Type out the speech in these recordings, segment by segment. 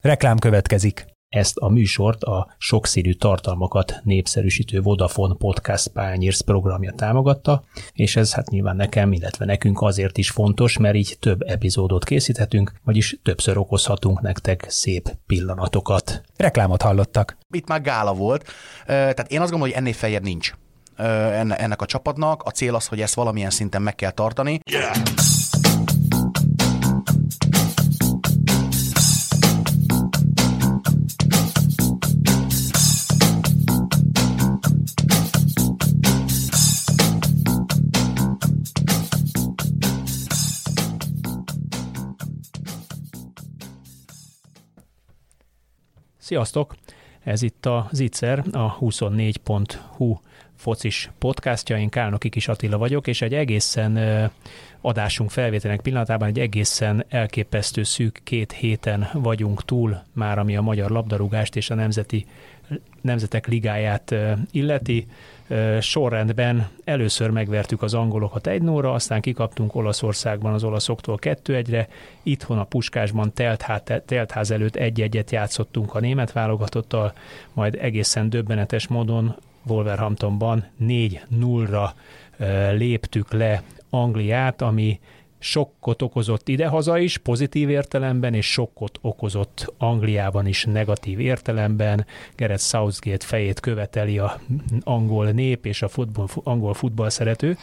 Reklám következik. Ezt a műsort a sokszínű tartalmakat népszerűsítő Vodafone Podcast Pioneers programja támogatta, és ez hát nyilván nekem, illetve nekünk azért is fontos, mert így több epizódot készíthetünk, vagyis többször okozhatunk nektek szép pillanatokat. Reklámot hallottak. Itt már gála volt, tehát én azt gondolom, hogy ennél feljebb nincs ennek a csapatnak. A cél az, hogy ezt valamilyen szinten meg kell tartani. Yeah! Sziasztok! Ez itt a Zicser, a 24.hu focis podcastja. Én Kálnoki Kis Attila vagyok, és egy egészen adásunk felvételnek pillanatában egy egészen elképesztő szűk 2 héten vagyunk túl már, ami a magyar labdarúgást és a Nemzetek Ligáját illeti. Sorrendben először megvertük az angolokat 1-0-ra, aztán kikaptunk Olaszországban az olaszoktól 2-1-re, itthon a Puskásban teltház előtt 1-1-et játszottunk a német válogatottal, majd egészen döbbenetes módon Wolverhamptonban 4-0-ra léptük le Angliát, ami sokkot okozott idehaza is, pozitív értelemben, és sokkot okozott Angliában is negatív értelemben. Gareth Southgate fejét követeli a angol nép és a angol futball szerető.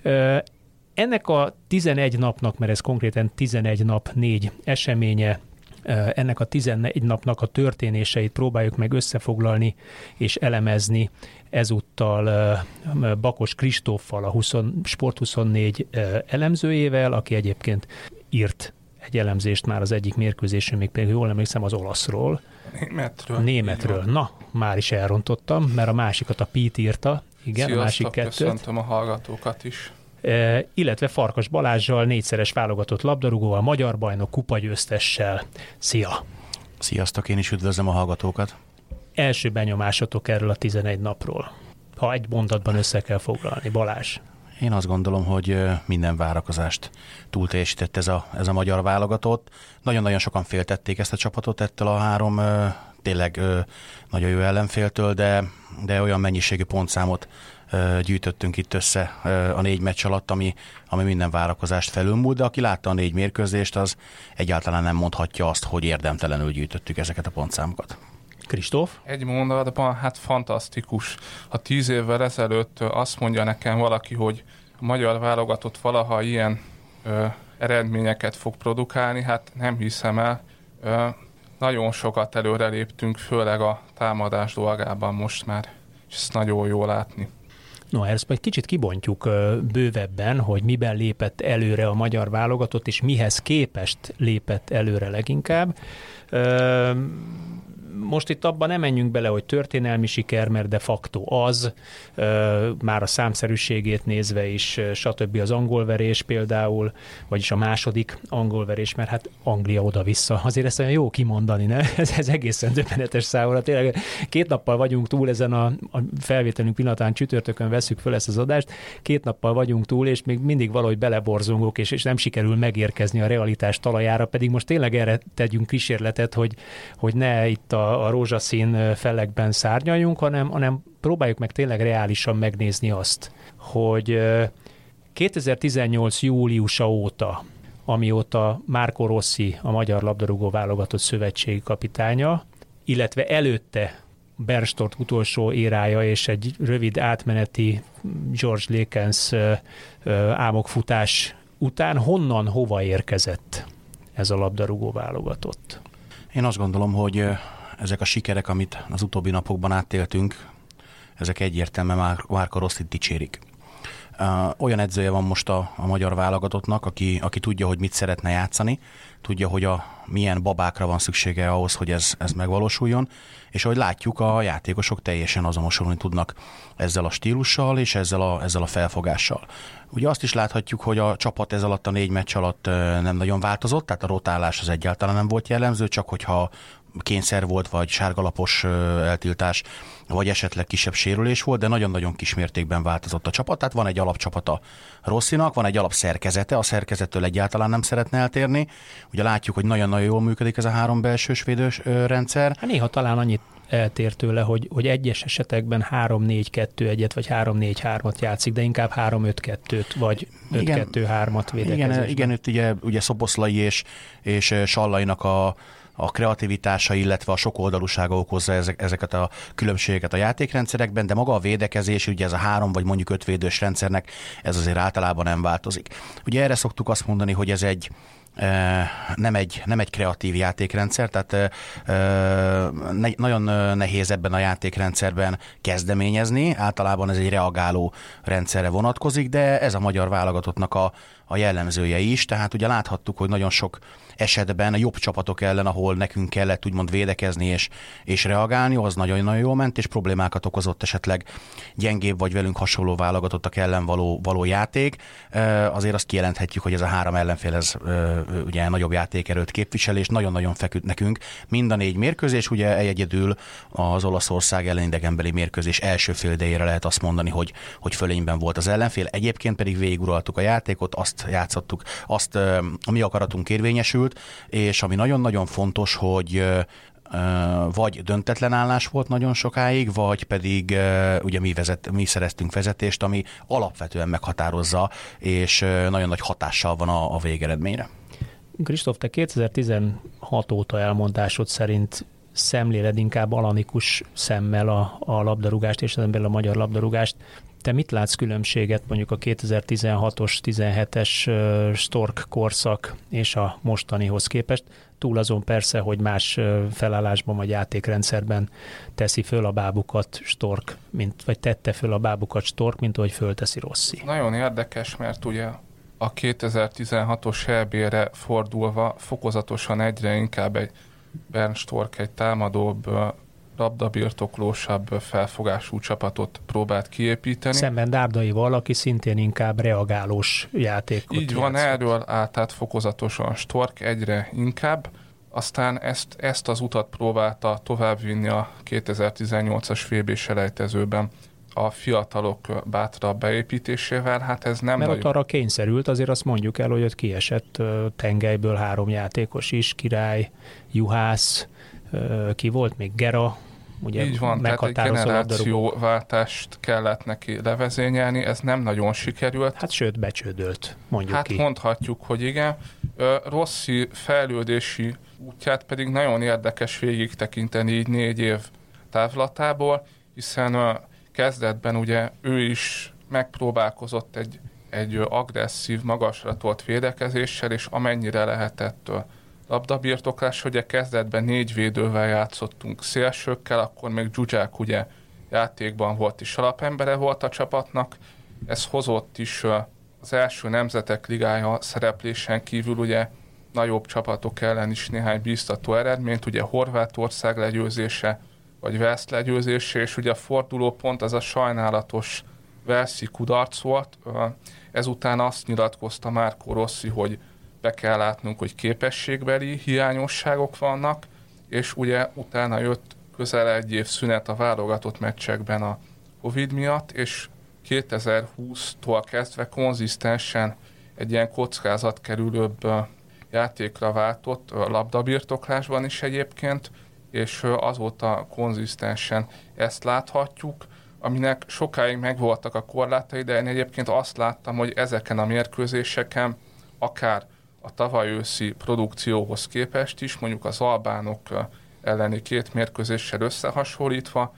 Ennek a 11 napnak, mert ez konkrétan 11 nap 4 eseménye, ennek a 14 napnak a történéseit próbáljuk meg összefoglalni és elemezni ezúttal Bakos Kristóffal, a Sport24 elemzőjével, aki egyébként írt egy elemzést már az egyik mérkőzésről, még például jól emlékszem az olaszról. Németről. Na, már is elrontottam, mert a másikat a Pete írta. Igen, sziasztok, a másik kettőt. Köszöntöm a hallgatókat is. Illetve Farkas Balázssal, 4-szeres válogatott labdarúgóval, magyar bajnok, kupagyőztessel. Szia! Sziasztok, én is üdvözlöm a hallgatókat. Első benyomásatok erről a 11 napról, ha egy mondatban össze kell foglalni. Balázs? Én azt gondolom, hogy minden várakozást túl teljesített ez a magyar válogatott. Nagyon-nagyon sokan féltették ezt a csapatot ettől a 3 tényleg nagyon jó ellenféltől, de olyan mennyiségű pontszámot gyűjtöttünk itt össze a 4 meccs alatt, ami minden várakozást felülmúlt, de aki látta a 4 mérkőzést, az egyáltalán nem mondhatja azt, hogy érdemtelenül gyűjtöttük ezeket a pontszámokat. Kristóf? Egy mondatban, hát fantasztikus. Ha 10 évvel ezelőtt azt mondja nekem valaki, hogy a magyar válogatott valaha ilyen eredményeket fog produkálni, hát nem hiszem el. Nagyon sokat előreléptünk, főleg a támadás dolgában most már, és ezt nagyon jól látni. No, ezt majd kicsit kibontjuk bővebben, hogy miben lépett előre a magyar válogatott, és mihez képest lépett előre leginkább. Most itt abban nem menjünk bele, hogy történelmi siker, mert de facto az, már a számszerűségét nézve is, stb. Az angolverés például, vagyis a második angolverés, mert hát Anglia oda-vissza. Azért ezt olyan jó kimondani, ne? Ez egészen döbbenetes számomra. Tényleg 2 nappal vagyunk túl ezen a felvételünk pillanatán, csütörtökön vesszük föl ezt az adást, 2 nappal vagyunk túl, és még mindig valahogy beleborzongok, és nem sikerül megérkezni a realitás talajára, pedig most tényleg erre tegyünk kísérletet, hogy ne itt a rózsaszín felekben szárnyaljunk, hanem próbáljuk meg tényleg reálisan megnézni azt, hogy 2018. júliusa óta, amióta Marco Rossi, a magyar labdarúgó válogatott szövetségi kapitánya, illetve előtte Bernstorff utolsó érája és egy rövid átmeneti George Lekens álmokfutás után honnan hova érkezett ez a labdarúgó válogatott? Én azt gondolom, hogy ezek a sikerek, amit az utóbbi napokban átéltünk, ezek egyértelműen Marco Rossit dicsérik. Olyan edzője van most a magyar válogatottnak, aki tudja, hogy mit szeretne játszani, tudja, hogy milyen babákra van szüksége ahhoz, hogy ez megvalósuljon, és ahogy látjuk, a játékosok teljesen azonosulni tudnak ezzel a stílussal és ezzel a felfogással. Ugye azt is láthatjuk, hogy a csapat ez alatt a 4 meccs alatt nem nagyon változott, tehát a rotálás az egyáltalán nem volt jellemző, csak hogyha kényszer volt, vagy sárgalapos eltiltás, vagy esetleg kisebb sérülés volt, de nagyon-nagyon kis mértékben változott a csapat. Tehát van egy alapcsapata Rossinak, van egy alapszerkezete, a szerkezettől egyáltalán nem szeretne eltérni. Ugye látjuk, hogy nagyon-nagyon jól működik ez a 3 belsős védős rendszer. Hát néha talán annyit eltér tőle, hogy egyes esetekben 3-4-2-1-et vagy 3-4-3-at játszik, de inkább 3-5-2-t vagy 5-2-3-at védekezésben. Igen, itt ugye Szoboszlai és Sallainak a kreativitása, illetve a sokoldalúsága okozza ezeket a különbségeket a játékrendszerekben, de maga a védekezés, ugye ez a 3 vagy mondjuk 5 védős rendszernek, ez azért általában nem változik. Ugye erre szoktuk azt mondani, hogy ez nem egy kreatív játékrendszer, tehát nagyon nehéz ebben a játékrendszerben kezdeményezni, általában ez egy reagáló rendszerre vonatkozik, de ez a magyar válogatottnak a jellemzője is, tehát ugye láthattuk, hogy nagyon sok esetben a jobb csapatok ellen, ahol nekünk kellett úgymond védekezni és reagálni, az nagyon-nagyon jól ment, és problémákat okozott esetleg gyengébb vagy velünk hasonló válogatottak ellen való játék. Azért azt kijelenthetjük, hogy ez a 3 ellenfél ez ugye nagyobb játékerőt képvisel, és nagyon-nagyon feküdt nekünk. Mind a 4 mérkőzés, ugye egyedül az Olaszország ellen idegenbeli mérkőzés első fél idejére lehet azt mondani, hogy fölényben volt az ellenfél. Egyébként pedig végiguraltuk a játékot, azt játszottuk, azt a mi akaratunk érvényesült, és ami nagyon-nagyon fontos, hogy vagy döntetlen állás volt nagyon sokáig, vagy pedig ugye mi szereztünk vezetést, ami alapvetően meghatározza, és nagyon nagy hatással van a végeredményre. Kristóf, te 2016 óta elmondásod szerint szemléled inkább analitikus szemmel a labdarúgást, és ezen belül a magyar labdarúgást. Te mit látsz különbséget mondjuk a 2016-os, 17-es Stork korszak és a mostanihoz képest? Túl azon persze, hogy más felállásban vagy játékrendszerben teszi föl a bábukat Stork, vagy tette föl a bábukat Stork, mint ahogy fölteszi Rossi. Nagyon érdekes, mert ugye a 2016-os EB-re fordulva fokozatosan egyre inkább egy Bernd Stork egy támadóbb, labdabirtoklósabb felfogású csapatot próbált kiépíteni. Szemben Dárdaival, aki szintén inkább reagálós játékot így van, játszott. Erről állt át fokozatosan Stork egyre inkább. Aztán ezt az utat próbálta továbbvinni a 2018-as VB-selejtezőben a fiatalok bátrabb beépítésével. Hát ez nem mert ott arra kényszerült, azért azt mondjuk el, hogy ott kiesett tengelyből 3 játékos is, Király, Juhász, ki volt még, Gera, ugye így van, tehát egy generációváltást kellett neki levezényelni, ez nem nagyon sikerült. Hát sőt, becsődölt, mondjuk hát ki. Hát mondhatjuk, hogy igen. Rossi fejlődési útját pedig nagyon érdekes végig tekinteni így 4 év távlatából, hiszen kezdetben ugye ő is megpróbálkozott egy agresszív, magasra tolt védekezéssel, és amennyire lehetett labdabirtoklás, ugye kezdetben 4 védővel játszottunk szélsőkkel, akkor még Zsuzsák ugye játékban volt és alapembere volt a csapatnak. Ez hozott is az első nemzetek ligája szereplésen kívül ugye nagyobb csapatok ellen is néhány bíztató eredményt, ugye Horvátország legyőzése, vagy Velsz legyőzése, és ugye a fordulópont az a sajnálatos velszi kudarc volt. Ezután azt nyilatkozta Marco Rossi, hogy be kell látnunk, hogy képességbeli hiányosságok vannak, és ugye utána jött közel 1 év szünet a válogatott meccsekben a Covid miatt, és 2020-tól kezdve konzisztensen egy ilyen kockázatkerülőbb játékra váltott, labdabirtoklásban is egyébként, és azóta konzisztensen ezt láthatjuk, aminek sokáig megvoltak a korlátai, de én egyébként azt láttam, hogy ezeken a mérkőzéseken akár a tavaly őszi produkcióhoz képest is, mondjuk az albánok elleni 2 mérkőzéssel összehasonlítva,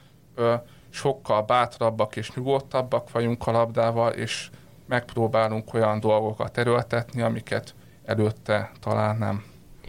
sokkal bátrabbak és nyugodtabbak vagyunk a labdával, és megpróbálunk olyan dolgokat erőltetni, amiket előtte talán nem.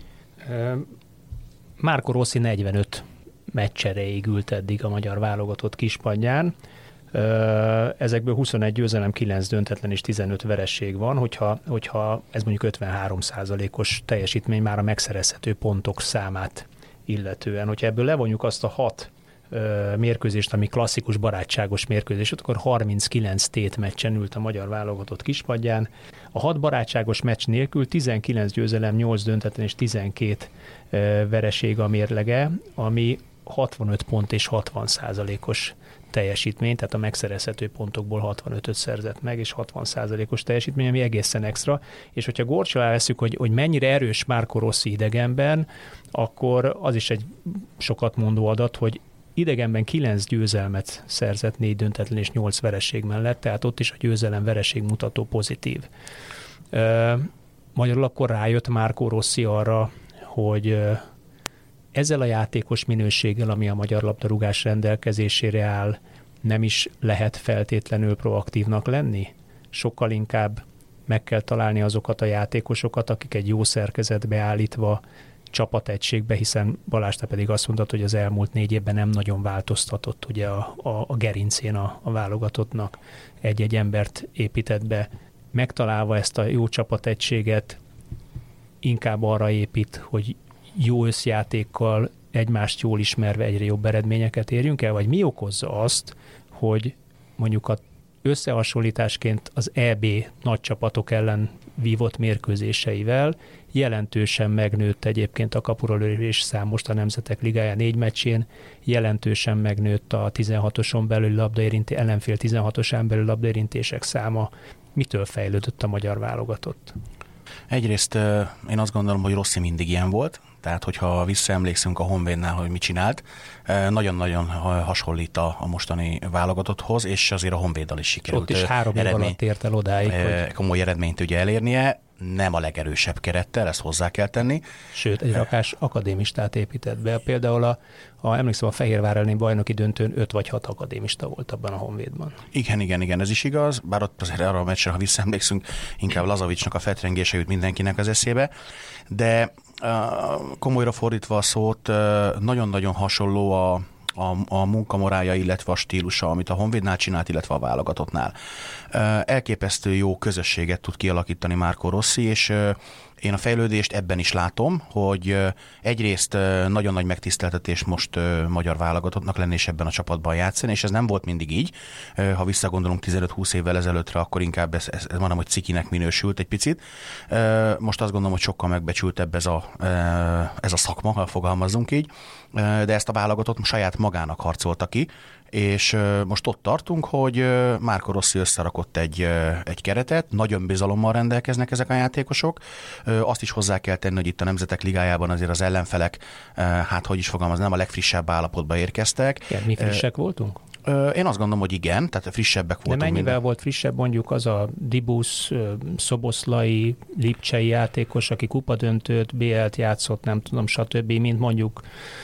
Marco Rossi 45 meccs erejéig ült eddig a magyar válogatott kispadján. Ezekből 21 győzelem, 9 döntetlen és 15 veresség van, hogyha ez mondjuk 53%-os teljesítmény már a megszerezhető pontok számát illetően. Hogyha ebből levonjuk azt a 6 mérkőzést, ami klasszikus barátságos mérkőzés, akkor 39 tétmeccsen ült a magyar válogatott kispadján. A 6 barátságos meccs nélkül 19 győzelem, 8 döntetlen és 12 vereség a mérlege, ami 65 pont és 60%-os teljesítmény, tehát a megszerezhető pontokból 65-öt szerzett meg, és 60%-os teljesítmény, ami egészen extra. És hogyha górcső alá veszük, hogy mennyire erős Marco Rossi idegenben, akkor az is egy sokat mondó adat, hogy idegenben 9 győzelmet szerzett, 4 döntetlen és 8 vereség mellett, tehát ott is a győzelem-vereség mutató pozitív. Magyarul akkor rájött Marco Rossi arra, hogy ezzel a játékos minőséggel, ami a magyar labdarúgás rendelkezésére áll, nem is lehet feltétlenül proaktívnak lenni? Sokkal inkább meg kell találni azokat a játékosokat, akik egy jó szerkezetbe állítva, csapategységbe, hiszen Balázs, te pedig azt mondtad, hogy az elmúlt 4 évben nem nagyon változtatott ugye a gerincén a válogatottnak, egy-egy embert épített be. Megtalálva ezt a jó csapategységet, inkább arra épít, hogy jó összjátékkal, egymást jól ismerve egyre jobb eredményeket érjünk el, vagy mi okozza azt, hogy mondjuk a összehasonlításként az EB nagy csapatok ellen vívott mérkőzéseivel jelentősen megnőtt egyébként a kapuralövés szám most a Nemzetek Ligája 4 meccsén, jelentősen megnőtt a 16-oson belül ellenfél 16-osán belül labdaérintések száma. Mitől fejlődött a magyar válogatott? Egyrészt én azt gondolom, hogy Rossi mindig ilyen volt, tehát hogyha visszaemlékszünk a Honvédnál, hogy mit csinált, nagyon-nagyon hasonlít a mostani válogatotthoz, és azért a Honvéddal is sikerült. Ott is 3 év alatt ért el odáig, hogy komoly eredményt ugye elérnie, nem a legerősebb kerettel, ezt hozzá kell tenni. Sőt, egy rakás akadémistát épített be. Például emlékszem, a Fehérvár elleni bajnoki döntőn 5 vagy 6 akadémista volt abban a Honvédban. Igen, ez is igaz, bár ott azért arra a meccsre, ha visszaemlékszünk, inkább Lazovicsnak a fetrengése jut mindenkinek az eszébe, de komolyra fordítva a szót, nagyon-nagyon hasonló a munkamorálja, illetve a stílusa, amit a Honvédnál csinált, illetve a válogatottnál. Elképesztő jó közösséget tud kialakítani Marco Rossi, és én a fejlődést ebben is látom, hogy egyrészt nagyon nagy megtiszteltetés most magyar válogatottnak lenni és ebben a csapatban játszani, és ez nem volt mindig így. Ha visszagondolunk 15-20 évvel ezelőttre, akkor inkább ez mondom, hogy cikinek minősült egy picit. Most azt gondolom, hogy sokkal megbecsültebb ez a szakma, ha fogalmazzunk így, de ezt a válogatott saját magának harcolta ki, és most ott tartunk, hogy Marco Rossi összerakott egy keretet, nagyon bizalommal rendelkeznek ezek a játékosok. Azt is hozzá kell tenni, hogy itt a Nemzetek Ligájában azért az ellenfelek, nem a legfrissebb állapotba érkeztek. Igen, mi frissek voltunk? Én azt gondolom, hogy igen, tehát frissebbek voltunk. De mennyivel volt frissebb mondjuk az a Dibusz, Szoboszlai, Lipcsei játékos, aki kupadöntőt, BL-t játszott, nem tudom, stb., mint mondjuk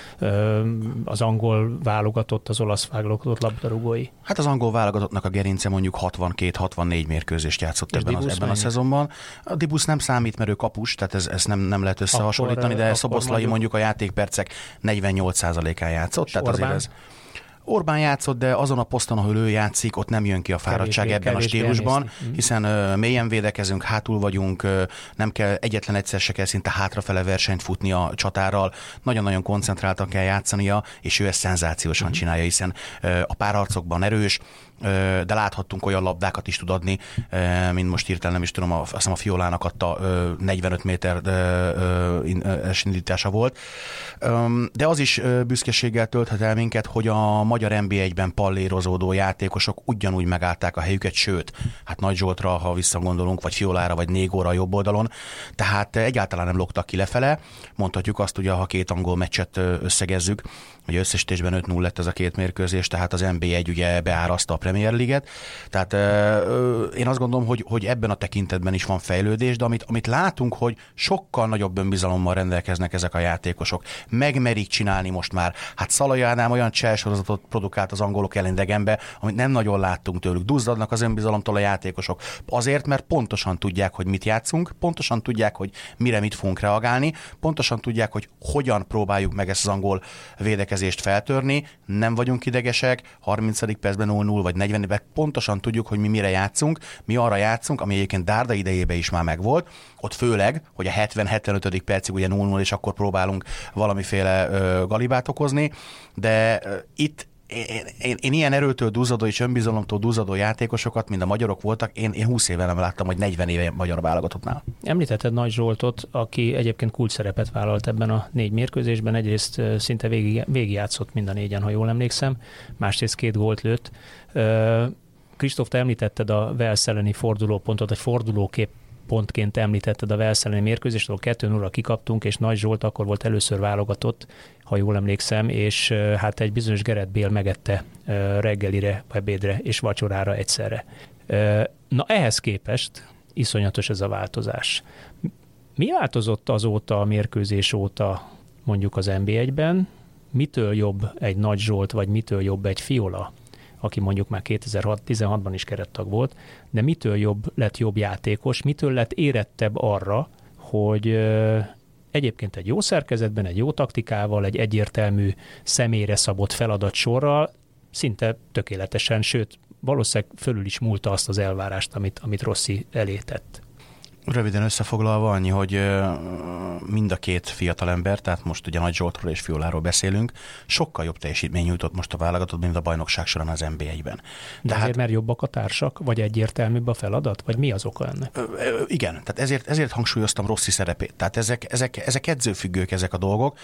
az angol válogatott, az olasz válogatott labdarúgói? Hát az angol válogatottnak a gerince mondjuk 62-64 mérkőzést játszott ebben a szezonban. A Dibusz nem számít, mert ő kapus, tehát ez nem lehet összehasonlítani, de Szoboszlai mondjuk a játékpercek 48%-án játszott. És tehát azért ez Orbán játszott, de azon a poszton, ahol ő játszik, ott nem jön ki a fáradtság ebben a stílusban, hiszen mélyen védekezünk, hátul vagyunk, nem kell, egyetlen egyszer se kell szinte hátrafele versenyt futni a csatárral, nagyon-nagyon koncentráltan kell játszania, és ő ezt szenzációsan csinálja, hiszen a párharcokban erős, de láthattunk olyan labdákat is tud adni, mint most hirtelen nem is tudom, azt hiszem a Fiolának adta 45 méter indítása volt. De az is büszkeséggel tölthet el minket, hogy a magyar NB1-ben pallérozódó játékosok ugyanúgy megállták a helyüket, sőt, hát Nagy Zsoltra, ha visszagondolunk, vagy Fiolára, vagy Négóra a jobb oldalon, tehát egyáltalán nem logtak ki lefele. Mondhatjuk azt, ugye, ha 2 angol meccset összegezzük, hogy összesítésben 5-0 lett ez a 2 mérkőzés, tehát az NB1 ugye beáraszta a Premier League-et. Tehát én azt gondolom, hogy ebben a tekintetben is van fejlődés, de amit látunk, hogy sokkal nagyobb önbizalommal rendelkeznek ezek a játékosok. Megmerik csinálni most már. Hát Szalai Ádám olyan cselsorozatot produkált az angolok ellen idegenbe, amit nem nagyon láttunk tőlük. Duzzadnak az önbizalomtól a játékosok. Azért, mert pontosan tudják, hogy mit játszunk, pontosan tudják, hogy mire mit fogunk reagálni, pontosan tudják, hogy hogyan próbáljuk meg ezt az angol védekezést feltörni, nem vagyunk idegesek, 30. percben 0-0 vagy 40-ben pontosan tudjuk, hogy mi mire játszunk, mi arra játszunk, ami egyébként Dárda idejében is már megvolt, ott főleg, hogy a 70-75. percig ugye 0-0, és akkor próbálunk valamiféle galibát okozni, de itt én ilyen erőtől duzzadó és önbizalomtól duzzadó játékosokat, mint a magyarok voltak, én 20 éve nem láttam, hogy 40 éve magyar válogatottnál. Említetted Nagy Zsoltot, aki egyébként kulcs szerepet vállalt ebben a 4 mérkőzésben, egyrészt szinte végigjátszott mind a 4-en, ha jól emlékszem, másrészt 2 gólt lőtt. Kristóf, te említetted a Wales elleni fordulópontot, vagy fordulókép pontként említetted a Wales elleni mérkőzést, ahol 2-0-ra kikaptunk, és Nagy Zsolt akkor volt először válogatott, ha jól emlékszem, és hát egy bizonyos Gareth Bale megette reggelire, ebédre és vacsorára egyszerre. Na ehhez képest iszonyatos ez a változás. Mi változott azóta a mérkőzés óta mondjuk az NB1-ben? Mitől jobb egy Nagy Zsolt, vagy mitől jobb egy Fiola, aki mondjuk már 2016-ban is kerettag volt, de mitől lett jobb játékos, mitől lett érettebb arra, hogy egyébként egy jó szerkezetben, egy jó taktikával, egy egyértelmű személyre szabott feladatsorral szinte tökéletesen, sőt, valószínűleg fölül is múlta azt az elvárást, amit Rossi elé tett. Röviden összefoglalva annyi, hogy mind a két fiatalember, tehát most ugye Nagy Zsoltról és Fioláról beszélünk, sokkal jobb teljesítmény nyújtott most a válogatott, mint a bajnokság során az NBA-ben. De azért, mert jobbak a társak, vagy egyértelműbb a feladat, vagy mi az oka ennek? Igen, tehát ezért hangsúlyoztam Rossi szerepét. Tehát ezek edzőfüggők ezek a dolgok.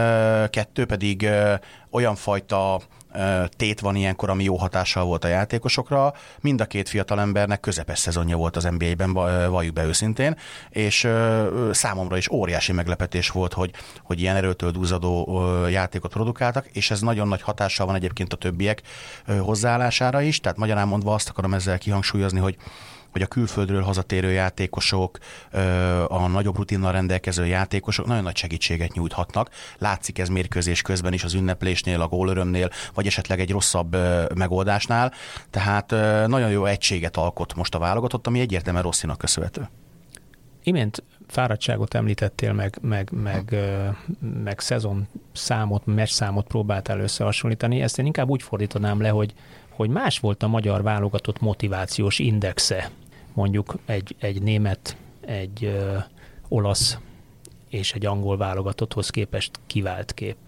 2 pedig olyan fajta tét van ilyenkor, ami jó hatással volt a játékosokra. Mind a két fiatalembernek közepes szezonja volt az NBA-ben, valljuk be őszintén, és számomra is óriási meglepetés volt, hogy ilyen erőtől duzzadó játékot produkáltak, és ez nagyon nagy hatással van egyébként a többiek hozzáállására is, tehát magyarán mondva azt akarom ezzel kihangsúlyozni, hogy a külföldről hazatérő játékosok, a nagyobb rutinnal rendelkező játékosok nagyon nagy segítséget nyújthatnak. Látszik ez mérkőzés közben is az ünneplésnél, a gólörömnél, vagy esetleg egy rosszabb megoldásnál. Tehát nagyon jó egységet alkot most a válogatott, ami egyértelműen Rossinak köszönhető. Imént fáradtságot említettél, meg szezonszámot, meccsszámot próbáltál összehasonlítani. Ezt én inkább úgy fordítanám le, hogy más volt a magyar válogatott motivációs indexe, mondjuk egy német, egy olasz és egy angol válogatotthoz képest kivált kép.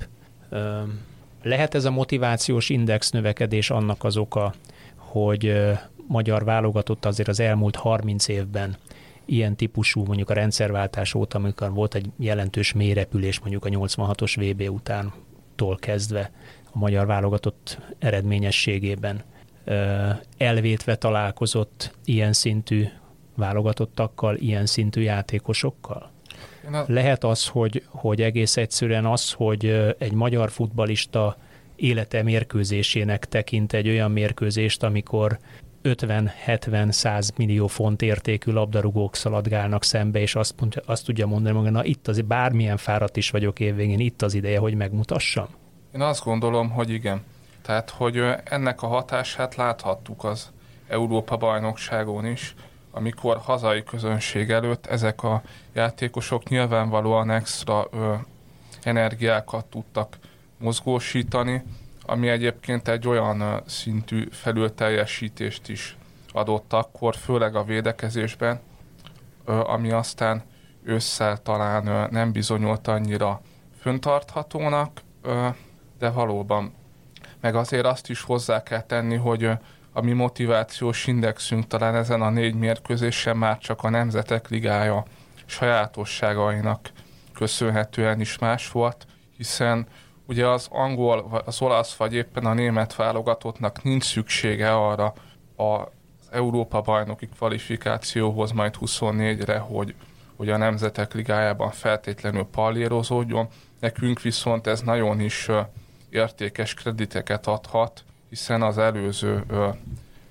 Lehet ez a motivációs index növekedés annak az oka, hogy magyar válogatott azért az elmúlt 30 évben ilyen típusú, mondjuk a rendszerváltás óta, amikor volt egy jelentős mélyrepülés mondjuk a 86-os VB utántól kezdve a magyar válogatott eredményességében, elvétve találkozott ilyen szintű válogatottakkal, ilyen szintű játékosokkal? Lehet az, hogy egész egyszerűen az, hogy egy magyar futballista élete mérkőzésének tekint egy olyan mérkőzést, amikor 50-70-100 millió font értékű labdarúgók szaladgálnak szembe, és azt tudja mondani maga, na itt az, bármilyen fáradt is vagyok évvégén, itt az ideje, hogy megmutassam? Én azt gondolom, hogy igen. Tehát, hogy ennek a hatását láthattuk az Európa-bajnokságon is, amikor hazai közönség előtt ezek a játékosok nyilvánvalóan extra energiákat tudtak mozgósítani, ami egyébként egy olyan szintű felülteljesítést is adott akkor, főleg a védekezésben, ami aztán ősszel talán nem bizonyult annyira föntarthatónak, de valóban. Meg azért azt is hozzá kell tenni, hogy a mi motivációs indexünk talán ezen a 4 mérkőzésen már csak a Nemzetek Ligája sajátosságainak köszönhetően is más volt, hiszen ugye az angol, az olasz vagy éppen a német válogatottnak nincs szüksége arra az Európa-bajnoki kvalifikációhoz majd 24-re, hogy a Nemzetek Ligájában feltétlenül pallérozódjon. Nekünk viszont ez nagyon is értékes krediteket adhat, hiszen az előző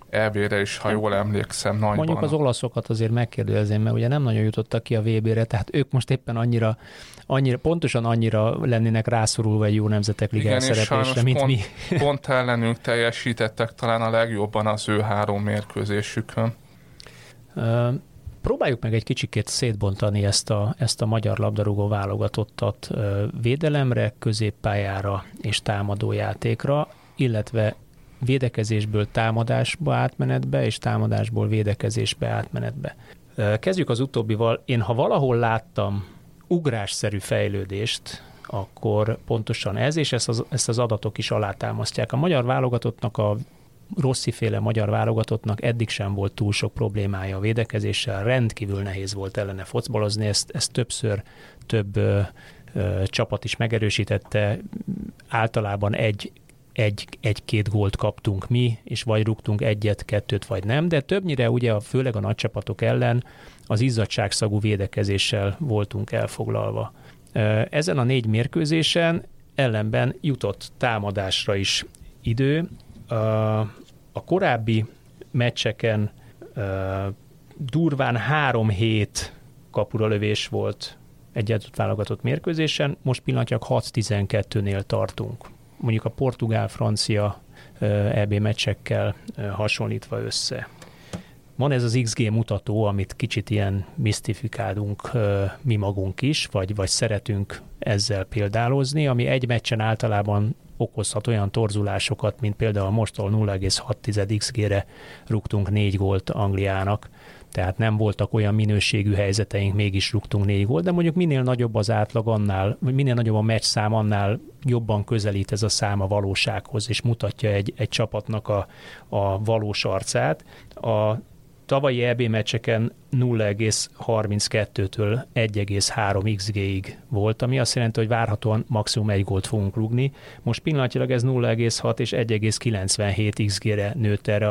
EB-re is, ha jól emlékszem, nagyban. Mondjuk az olaszokat azért megkérdőjelezem, mert ugye nem nagyon jutottak ki a VB-re, tehát ők most éppen pontosan annyira lennének rászorulva egy jó nemzetek ligán szereplésre, mint mi. Pont ellenünk teljesítettek talán a legjobban az ő 3 mérkőzésükön. Próbáljuk meg egy kicsikét szétbontani ezt a magyar labdarúgó válogatottat védelemre, középpályára és támadójátékra, illetve védekezésből támadásba átmenetbe, és támadásból védekezésbe átmenetbe. Kezdjük az utóbbival. Én ha valahol láttam ugrásszerű fejlődést, akkor pontosan ez, és ezt az adatok is alátámasztják. A magyar válogatottnak, a Rossi-féle magyar válogatottnak eddig sem volt túl sok problémája a védekezéssel, rendkívül nehéz volt ellene focbalozni, ezt több csapat is megerősítette, általában egy-két gólt kaptunk mi, és vagy rúgtunk egyet, kettőt, vagy nem, de többnyire ugye főleg a nagy csapatok ellen az izzadságszagú védekezéssel voltunk elfoglalva. Ezen a 4 mérkőzésen ellenben jutott támadásra is idő. A korábbi meccseken durván 3 hét kapuralövés volt egy adott válogatott mérkőzésen, most pillanatnyilag 6-12-nél tartunk. Mondjuk a portugál-francia EB meccsekkel hasonlítva össze. Van ez az XG mutató, amit kicsit ilyen misztifikálunk mi magunk is, vagy szeretünk ezzel példálozni, ami egy meccsen általában okozhat olyan torzulásokat, mint például mostól 0,6 XG-re rúgtunk 4 gólt Angliának, tehát nem voltak olyan minőségű helyzeteink, mégis rúgtunk 4 gólt, de mondjuk minél nagyobb az átlag annál, vagy minél nagyobb a meccszám, annál jobban közelít ez a szám a valósághoz, és mutatja egy csapatnak a valós arcát. A tavalyi EB meccseken 0,32-től 1,3 XG-ig volt, ami azt jelenti, hogy várhatóan maximum 1 gólt fogunk rúgni. Most pillanatilag ez 0,6 és 1,97 XG-re nőtt erre a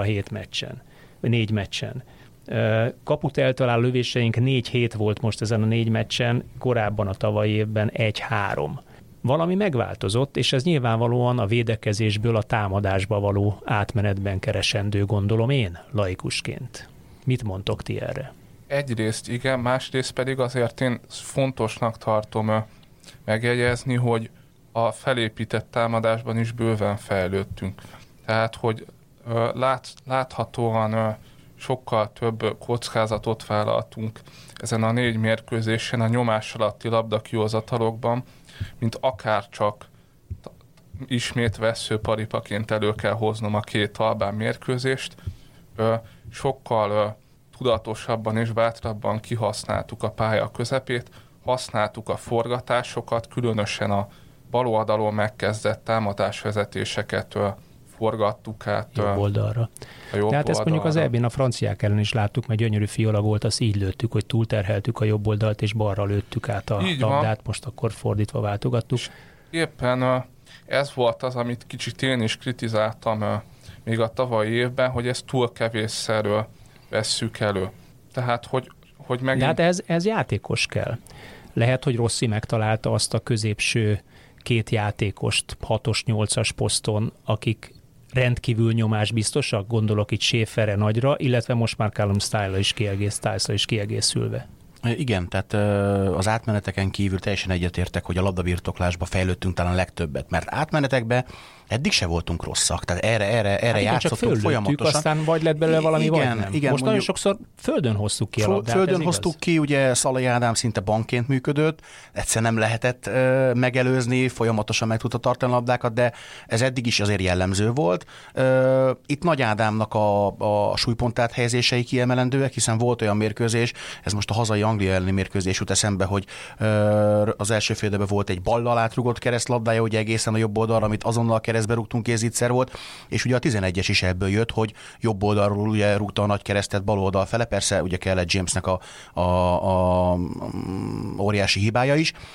4 meccsen. Kaput eltaláló lövéseink 4-7 volt most ezen a 4 meccsen, korábban a tavalyi évben 1-3. Valami megváltozott, és ez nyilvánvalóan a védekezésből a támadásba való átmenetben keresendő, gondolom én, laikusként. Mit mondtok ti erre? Egyrészt igen, másrészt pedig azért én fontosnak tartom megjegyezni, hogy a felépített támadásban is bőven fejlődtünk. Tehát, hogy láthatóan sokkal több kockázatot vállaltunk ezen a 4 mérkőzésen a nyomás alatti labdakihozatalokban, mint akár csak ismét vesszőparipaként elő kell hoznom a 2 albán mérkőzést. Sokkal tudatosabban és bátrabban kihasználtuk a pálya közepét, használtuk a forgatásokat, különösen a bal oldalon megkezdett támadásvezetéseket forgattuk át jobb oldalra. Tehát ezt mondjuk az EB-n a franciák ellen is láttuk, mert gyönyörű Fiola volt, azt így lőttük, hogy túlterheltük a jobb oldalt, és balra lőttük át a labdát, most akkor fordítva váltogattuk. És éppen ez volt az, amit kicsit én is kritizáltam még a tavalyi évben, hogy ezt túl kevésszer vesszük elő. Tehát, hogy megint... De hát ez játékos kell. Lehet, hogy Rossi megtalálta azt a középső 2 játékost 6-os, 8-as poszton, akik rendkívül nyomásbiztosak, gondolok itt Schäferre nagyra, illetve most már Callum Styles-a is kiegészülve. Igen, tehát az átmeneteken kívül teljesen egyetértek, hogy a labdabirtoklásba fejlődtünk talán legtöbbet, mert átmenetekben eddig se voltunk rosszak, tehát erre játszottunk folyamatosan. Aztán vagy lett belőle valami, igen, vagy nem. Igen, most nagyon sokszor földön hoztuk ki a labdát. Földön hoztuk ki, ugye Szalai Ádám szinte bankként működött, egyszer nem lehetett megelőzni, folyamatosan meg tudta tartani a labdákat, de ez eddig is azért jellemző volt. Itt Nagy Ádámnak a súlypontát helyezései kiemelendőek, hiszen volt olyan mérkőzés, ez most a hazai Anglia elleni mérkőzés jut eszembe, hogy az első fél időben volt egy ballal átrugott keresztlabdája, ugye egészen a jobb oldalra, amit azonnal keresztbe rúgtunk, kézicser volt, és ugye a 11-es is ebből jött, hogy jobb oldalról ugye rúgta a nagy keresztet bal oldal fele, persze ugye kellett Jamesnek a óriási hibája is,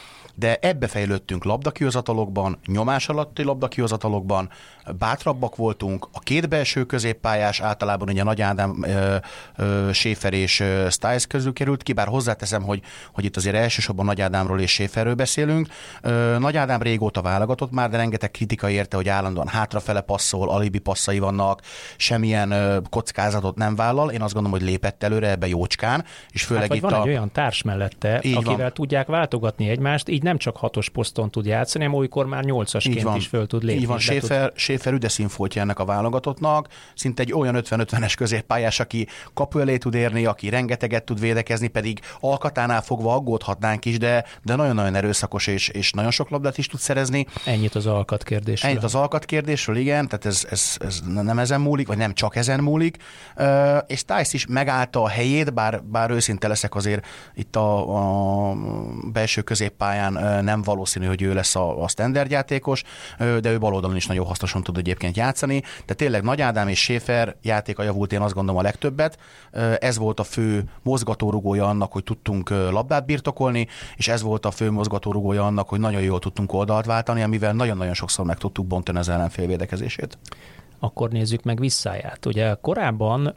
de ebbe fejlődtünk labdakihozatalokban, nyomás alatti labdakihozatalokban, bátrabbak voltunk, a két belső középpályás általában ugye Nagy Ádám, Schäfer és Stiles közül került ki, bár hozzáteszem, hogy itt azért elsősorban Nagy Ádámról és Schäferről beszélünk. Nagy Ádám régóta válogatott már, de rengeteg kritika érte, hogy állandóan hátrafele passzol, alibi passzai vannak, semmilyen kockázatot nem vállal. Én azt gondolom, hogy lépett előre ebbe jócskán, és főleg hát, itt van egy olyan társ mellette, akivel van. Tudják váltogatni egymást, így nem csak 6-os poszton tud játszani, hanem olykor már 8-asként is föl tud lépni. Így van, Schäfer üde színfoltja ennek a válogatottnak, szinte egy olyan 50-50-es középpályás, aki kapu elé tud érni, aki rengeteget tud védekezni, pedig alkatánál fogva aggódhatnánk is, de nagyon-nagyon erőszakos és nagyon sok labdát is tud szerezni. Ennyit az alkatkérdésről. Ennyit az alkatkérdésről, igen, tehát ez nem ezen múlik, vagy nem csak ezen múlik. És Stiles is megállta a helyét, bár őszinte leszek, azért itt a belső középpályán nem valószínű, hogy ő lesz a standard játékos, de ő baloldalon is nagyon hasznosan tud egyébként játszani. Tehát tényleg Nagy Ádám és Schäfer játéka javult, én azt gondolom a legtöbbet. Ez volt a fő mozgatórugója annak, hogy tudtunk labdát birtokolni, és ez volt a fő mozgatórugója annak, hogy nagyon jól tudtunk oldalt váltani, amivel nagyon-nagyon sokszor meg tudtuk bontani az ellenfél védekezését. Akkor nézzük meg visszáját. Ugye korábban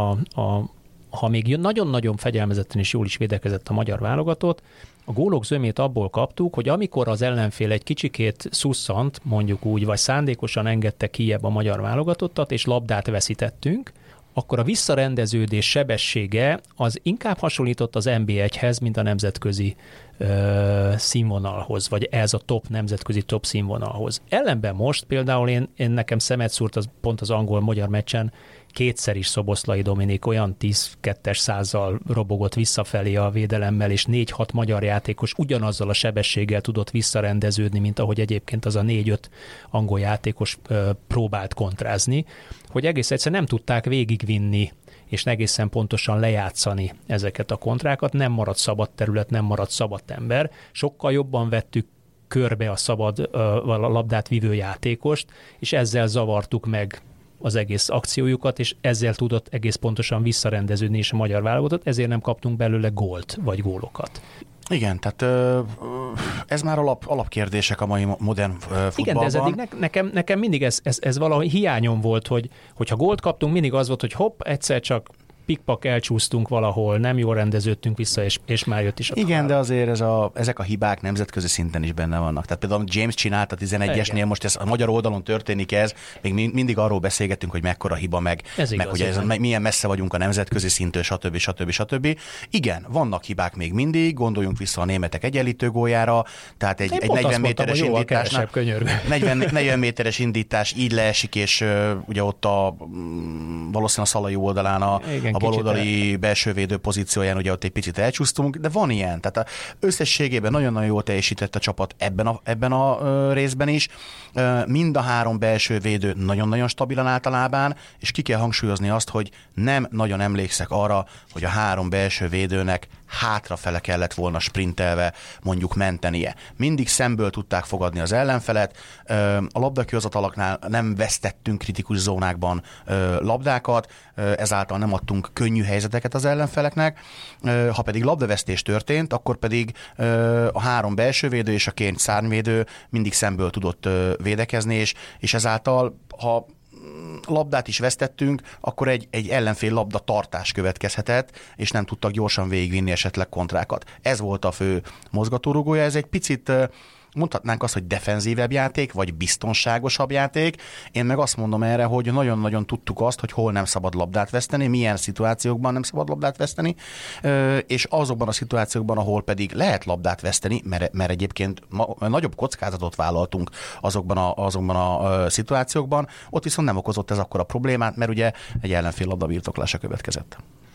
ha még nagyon-nagyon fegyelmezetten és jól is védekezett a magyar válogatott, a gólok zömét abból kaptuk, hogy amikor az ellenfél egy kicsikét szusszant, mondjuk úgy, vagy szándékosan engedte kijebb a magyar válogatottat, és labdát veszítettünk, akkor a visszarendeződés sebessége az inkább hasonlított az NB1-hez, mint a nemzetközi színvonalhoz, vagy ez a nemzetközi top színvonalhoz. Ellenben most például én nekem szemet szúrt pont az angol-magyar meccsen, kétszer is Szoboszlai Dominik olyan 10-2-es százzal robogott visszafelé a védelemmel, és 4-6 magyar játékos ugyanazzal a sebességgel tudott visszarendeződni, mint ahogy egyébként az a 4-5 angol játékos próbált kontrázni, hogy egész egyszerűen nem tudták végigvinni és egészen pontosan lejátszani ezeket a kontrákat, nem maradt szabad terület, nem maradt szabad ember, sokkal jobban vettük körbe a szabad a labdát vívő játékost, és ezzel zavartuk meg az egész akciójukat, és ezzel tudott egész pontosan visszarendeződni is a magyar válogatott, ezért nem kaptunk belőle gólt vagy gólokat. Igen, tehát ez már alapkérdések a mai modern futballban. Igen, de ez eddig nekem mindig ez valahogy hiányom volt, hogyha gólt kaptunk, mindig az volt, hogy hopp, egyszer csak pikpak elcsúsztunk valahol, nem jól rendeződtünk vissza, és már jött is a igen, de azért ezek a hibák nemzetközi szinten is benne vannak. Tehát például James csinálta 11-esnél, most ez a magyar oldalon történik ez, még mindig arról beszélgetünk, hogy mekkora hiba meg hogy milyen messze vagyunk a nemzetközi szintől, stb. Igen, vannak hibák még mindig, gondoljunk vissza a németek egyenlítő góljára, tehát egy 40 méteres indításnál, 40 méteres indítás így leesik, és ugye ott valószínűleg a Szalai oldalán a baloldali belsővédő pozícióján ugye ott egy picit elcsúsztunk, de van ilyen. Tehát összességében nagyon-nagyon jól teljesített a csapat ebben a részben is. Mind a három belsővédő nagyon-nagyon stabilan állt a lábán, és ki kell hangsúlyozni azt, hogy nem nagyon emlékszek arra, hogy a három belsővédőnek hátrafele kellett volna sprintelve mondjuk mentenie. Mindig szemből tudták fogadni az ellenfelet, a labdakihozatalaknál nem vesztettünk kritikus zónákban labdákat, ezáltal nem adtunk könnyű helyzeteket az ellenfeleknek. Ha pedig labdavesztés történt, akkor pedig a három belsővédő és a két szárnyvédő mindig szemből tudott védekezni, és ezáltal, ha labdát is vesztettünk, akkor egy ellenfél labda tartás következhetett, és nem tudtak gyorsan végigvinni esetleg kontrákat. Ez volt a fő mozgatórugója, ez egy picit mondhatnánk azt, hogy defenzívebb játék, vagy biztonságosabb játék. Én meg azt mondom erre, hogy nagyon-nagyon tudtuk azt, hogy hol nem szabad labdát veszteni, milyen szituációkban nem szabad labdát veszteni, és azokban a szituációkban, ahol pedig lehet labdát veszteni, mert egyébként nagyobb kockázatot vállaltunk azokban a szituációkban, ott viszont nem okozott ez akkora problémát, mert ugye egy ellenfél labda birtoklása következett.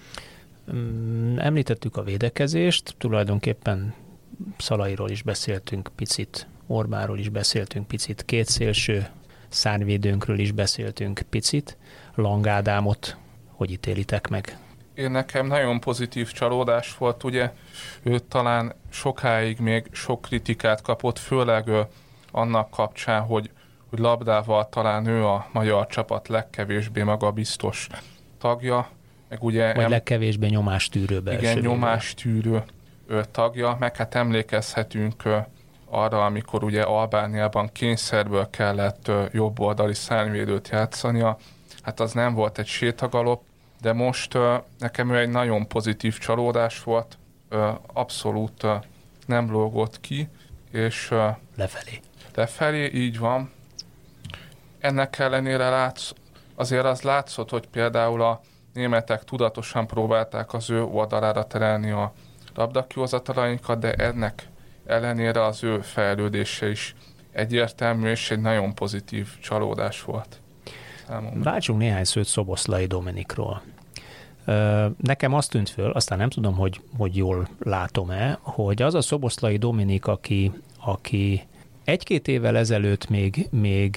Említettük a védekezést, tulajdonképpen Szalairól is beszéltünk picit, Orbánról is beszéltünk picit, két szélső szárnyvédőnkről is beszéltünk picit. Lang Ádámot hogy ítélitek meg? Nekem nagyon pozitív csalódás volt, ugye ő talán sokáig még sok kritikát kapott, főleg annak kapcsán, hogy labdával talán ő a magyar csapat legkevésbé magabiztos tagja. Meg ugye vagy legkevésbé nyomástűrő belső. Igen, nyomástűrő tagja, meg hát emlékezhetünk arra, amikor ugye Albániában kényszerből kellett jobboldali szárnyvédőt játszania. Hát az nem volt egy sétagalop, de most nekem ő egy nagyon pozitív csalódás volt, abszolút nem lógott ki, és lefelé, így van. Ennek ellenére azért az látszott, hogy például a németek tudatosan próbálták az ő oldalára terelni a labdakihozatalainkat, de ennek ellenére az ő fejlődése is egyértelmű, és egy nagyon pozitív csalódás volt számomra. Váltsunk néhány szót Szoboszlai Dominikról. Nekem azt tűnt föl, aztán nem tudom, hogy jól látom-e, hogy az a Szoboszlai Dominik, aki egy-két évvel ezelőtt még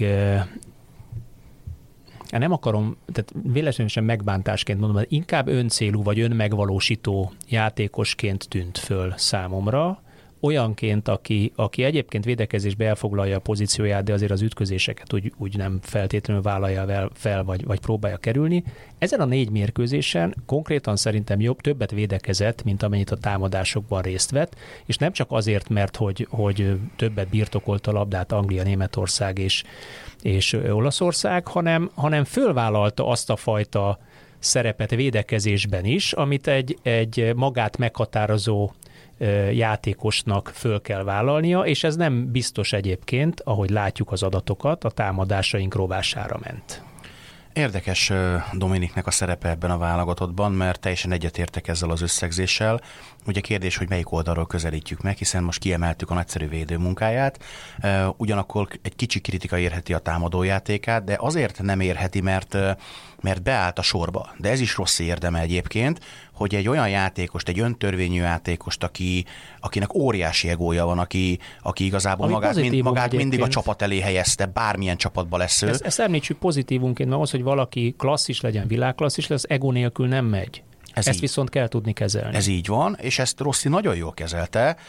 nem akarom, tehát véletlenül sem megbántásként mondom, de inkább öncélú vagy önmegvalósító játékosként tűnt föl számomra, olyanként, aki egyébként védekezésbe elfoglalja a pozícióját, de azért az ütközéseket úgy nem feltétlenül vállalja fel, vagy próbálja kerülni. Ezen a 4 mérkőzésen konkrétan szerintem többet védekezett, mint amennyit a támadásokban részt vett, és nem csak azért, mert hogy többet birtokolt a labdát Anglia, Németország és Olaszország, hanem fölvállalta azt a fajta szerepet védekezésben is, amit egy magát meghatározó játékosnak föl kell vállalnia, és ez nem biztos egyébként, ahogy látjuk az adatokat, a támadásaink rovására ment. Érdekes Dominiknek a szerepe ebben a válogatottban, mert teljesen egyetértek ezzel az összegzéssel. Ugye kérdés, hogy melyik oldalról közelítjük meg, hiszen most kiemeltük a nagyszerű védőmunkáját, ugyanakkor egy kicsi kritika érheti a támadójátékát, de azért nem érheti, mert beállt a sorba. De ez is rossz érdeme egyébként, hogy egy olyan játékost, egy öntörvényű játékost, akinek óriási egója van, aki igazából magát mindig a csapat elé helyezte, bármilyen csapatba lesz ő. Ezt említsük pozitívunként, mert az, hogy valaki klasszis legyen, világklasszis lesz, egó nélkül nem megy. Ezt viszont kell tudni kezelni. Ez így van, és ezt Rossi nagyon jól kezelte.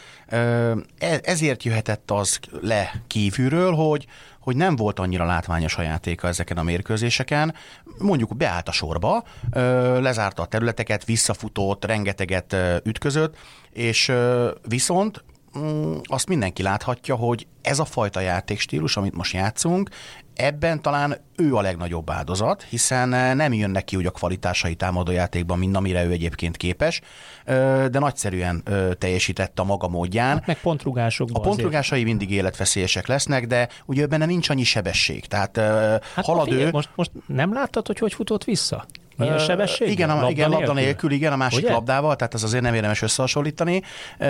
Ezért jöhetett az le kívülről, hogy nem volt annyira látványos a játéka ezeken a mérkőzéseken. Mondjuk beállt a sorba, lezárta a területeket, visszafutott, rengeteget ütközött, és viszont azt mindenki láthatja, hogy ez a fajta játékstílus, amit most játszunk, ebben talán ő a legnagyobb áldozat, hiszen nem jön neki úgy a kvalitásai támadójátékban, mint amire ő egyébként képes, de nagyszerűen teljesített a maga módján. Hát meg pontrugásokban. A pontrugásai mindig életveszélyesek lesznek, de ugye benne nincs annyi sebesség. Tehát halad ő. Most nem láttad, hogy futott vissza? Milyen sebesség? Igen, labda nélkül, igen, a másik ugye? Labdával, tehát az azért nem érdemes összehasonlítani,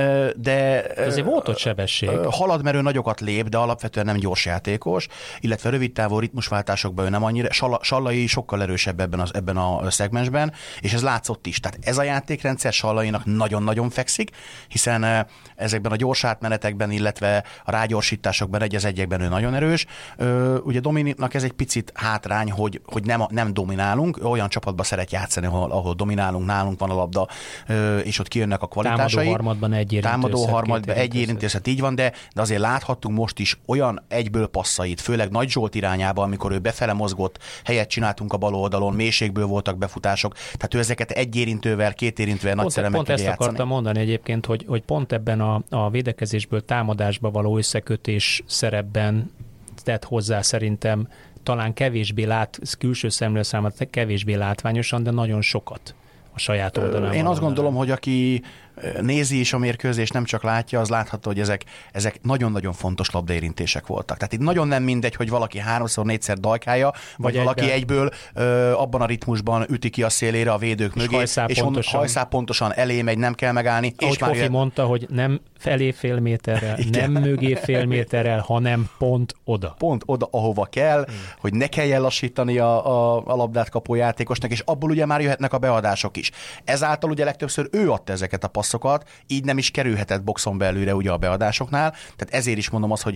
de azért volt ott sebesség. Halad, mert ő nagyokat lép, de alapvetően nem gyors játékos, illetve rövid távú ritmusváltásokban ő nem annyira. Sallai sokkal erősebb ebben a szegmensben, és ez látszott is. Tehát ez a játékrendszer Sallainak nagyon-nagyon fekszik, hiszen ezekben a gyors átmenetekben, illetve a rágyorsításokban, egy-egyekben ő nagyon erős. Ugye Dominiknak ez egy picit hátrány, hogy nem dominálunk, olyan csapatban szeret játszani, ahol dominálunk, nálunk van a labda, és ott kijönnek a kvalitásai. Támadó harmadban egy érintőszet, így van, de azért láthattunk most is olyan egyből passzait, főleg Nagy Zsolt irányába, amikor ő befele mozgott, helyet csináltunk a bal oldalon, mélységből voltak befutások, tehát ő ezeket egy érintővel, két érintővel nagyszerűen meg tudja játszani. Pont ezt akartam mondani egyébként, hogy pont ebben a védekezésből támadásba való összekötés szerepben tett hozzá szerintem talán kevésbé külső szemlélő számára kevésbé látványosan, de nagyon sokat a saját oldalán. Én azt gondolom, hogy aki nézi is a mérkőzést, nem csak látja, az látható, hogy ezek nagyon-nagyon fontos labdaérintések voltak. Tehát itt nagyon nem mindegy, hogy valaki 3-4-szer dajkálja, vagy valaki egyből abban a ritmusban üti ki a szélére a védők mögé, és hajszál pontosan elé megy, nem kell megállni. Ahogy Kofi mondta, hogy nem felé fél méterrel, nem mögé fél méterrel, hanem pont oda. Pont oda, ahova kell, hogy ne kelljen lassítani a labdát kapó játékosnak, és abból ugye már jöhetnek a beadások is. Ezáltal ugye legtöbbször ő adta ezeket a passzokat, így nem is kerülhetett boxon belülre ugye a beadásoknál, tehát ezért is mondom azt, hogy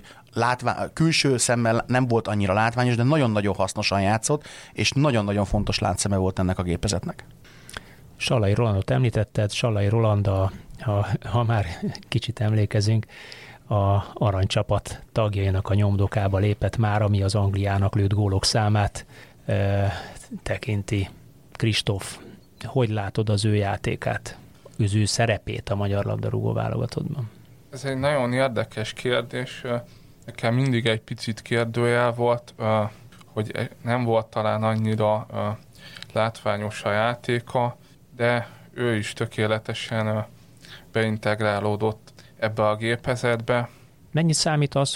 külső szemmel nem volt annyira látványos, de nagyon-nagyon hasznosan játszott, és nagyon-nagyon fontos láncszeme volt ennek a gépezetnek. Sallai Rolandot említetted, Sallai Roland, ha már kicsit emlékezünk, a aranycsapat tagjainak a nyomdokába lépett már, ami az Angliának lőtt gólok számát tekinti. Kristóf, hogy látod az ő játékát, az ő szerepét a magyar labdarúgó válogatottban? Ez egy nagyon érdekes kérdés. Nekem mindig egy picit kérdőjel volt, hogy nem volt talán annyira látványos a játéka, de ő is tökéletesen beintegrálódott ebbe a gépezetbe. Mennyi számít az,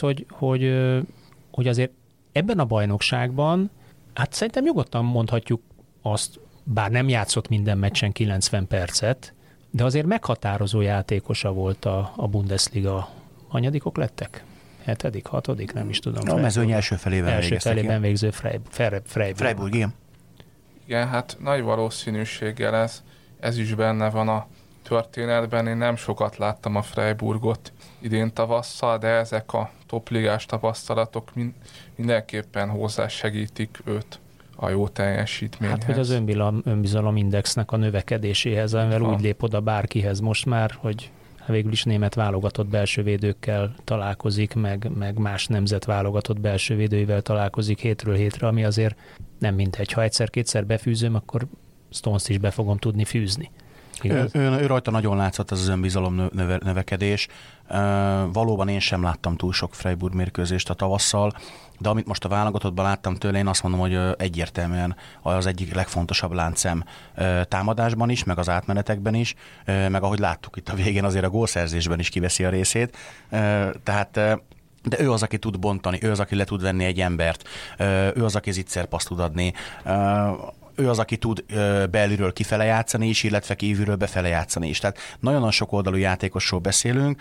hogy azért ebben a bajnokságban, hát szerintem nyugodtan mondhatjuk azt, bár nem játszott minden meccsen 90 percet, de azért meghatározó játékosa volt a Bundesliga. Hanyadikok lettek? 7., 6., nem is tudom. A mezőny első felében végző Freiburg. Igen. Igen, hát nagy valószínűséggel ez is benne van a történetben. Én nem sokat láttam a Freiburgot idén tavasszal, de ezek a topligás tapasztalatok mindenképpen hozzásegítik őt a jó teljesítményhez. Hát, hogy az önbizalomindexnek a növekedéséhez, amivel úgy lép oda bárkihez most már, hogy végül is német válogatott belsővédőkkel találkozik, meg más nemzet válogatott belsővédőivel találkozik hétről hétre, ami azért nem mindegy. Ha egyszer-kétszer befűzöm, akkor Stones is be fogom tudni fűzni. Ő rajta nagyon látszott ez az önbizalom növekedés. Valóban én sem láttam túl sok Freiburg mérkőzést a tavasszal, de amit most a válogatottban láttam tőle, én azt mondom, hogy egyértelműen az egyik legfontosabb láncszem támadásban is, meg az átmenetekben is, meg ahogy láttuk itt a végén, azért a gólszerzésben is kiveszi a részét. Tehát de ő az, aki tud bontani, ő az, aki le tud venni egy embert, ő az, aki zicserpaszt tud adni, ő az, aki tud belülről kifele játszani is, illetve kívülről befele játszani is. Tehát nagyon-nagyon sok oldalú játékosról beszélünk,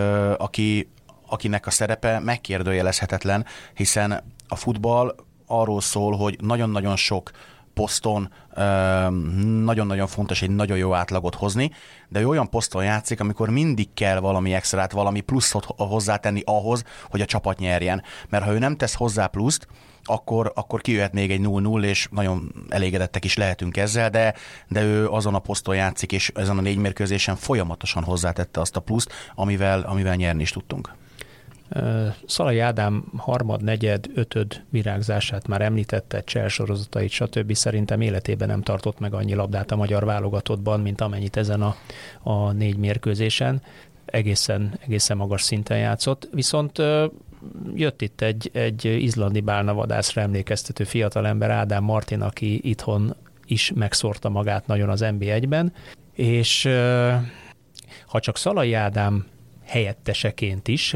akinek a szerepe megkérdőjelezhetetlen, hiszen a futball arról szól, hogy nagyon-nagyon sok poszton nagyon-nagyon fontos egy nagyon jó átlagot hozni, de ő olyan poszton játszik, amikor mindig kell valami extrát, valami pluszot hozzátenni ahhoz, hogy a csapat nyerjen. Mert ha ő nem tesz hozzá pluszt, akkor kijöhet még egy 0-0, és nagyon elégedettek is lehetünk ezzel, de ő azon a poszton játszik, és ezen a 4 mérkőzésen folyamatosan hozzátette azt a pluszt, amivel nyerni is tudtunk. Szalai Ádám harmad, negyed, ötöd virágzását már említette, Csel sorozatait, stb. Szerintem életében nem tartott meg annyi labdát a magyar válogatottban, mint amennyit ezen a 4 mérkőzésen. Egészen magas szinten játszott. Viszont jött itt egy izlandi bálnavadászra emlékeztető fiatalember, Ádám Martin, aki itthon is megszórta magát nagyon az NB1-ben, és ha csak Szalai Ádám helyetteseként is,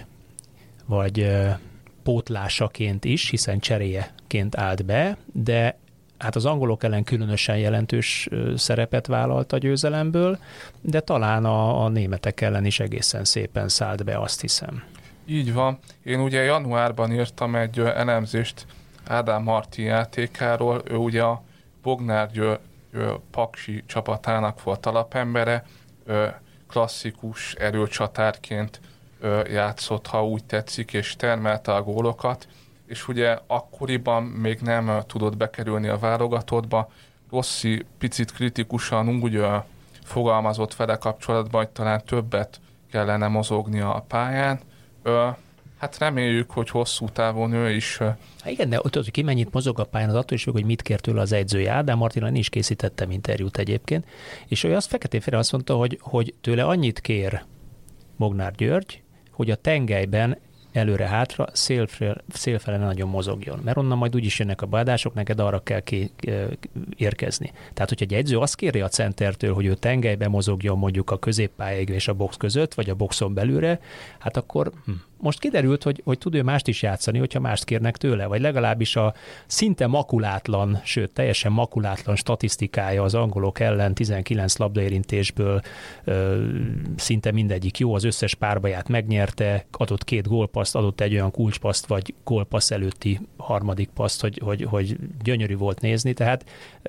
vagy pótlásaként is, hiszen cseréjeként állt be, de hát az angolok ellen különösen jelentős szerepet vállalt a győzelemből, de talán a németek ellen is egészen szépen szállt be, azt hiszem. Így van. Én ugye januárban írtam egy elemzést Ádám Martin játékáról. Ő ugye a Bognár Győr paksi csapatának volt alapembere, klasszikus erőcsatárként játszott, ha úgy tetszik, és termelte a gólokat, és ugye akkoriban még nem tudott bekerülni a válogatottba. Rossi picit kritikusan úgy fogalmazott vele kapcsolatban, hogy talán többet kellene mozognia a pályán. Hát reméljük, hogy hosszú távon ő is... Igen, de tudod, hogy ki mennyit mozog a pályán, az attól is, hogy mit kér tőle az edzője. Ádám Martinnal is készítettem interjút egyébként, és ő azt feketén-félre azt mondta, hogy tőle annyit kér Bognár György, hogy a tengelyben előre-hátra szélfele nagyon mozogjon, mert onnan majd úgyis jönnek a beadások, neked arra kell érkezni. Tehát, hogyha egy edző azt kéri a centertől, hogy ő tengelyben mozogjon mondjuk a középpályáig és a box között, vagy a boxon belülre, hát akkor most kiderült, hogy tud ő mást is játszani, hogyha mást kérnek tőle, vagy legalábbis a szinte makulátlan, sőt teljesen makulátlan statisztikája az angolok ellen 19 labdaérintésből szinte mindegyik jó, az összes párbaját megnyerte, adott 2 gólpaszt, adott egy olyan kulcspaszt, vagy gólpassz előtti harmadik paszt, hogy gyönyörű volt nézni, tehát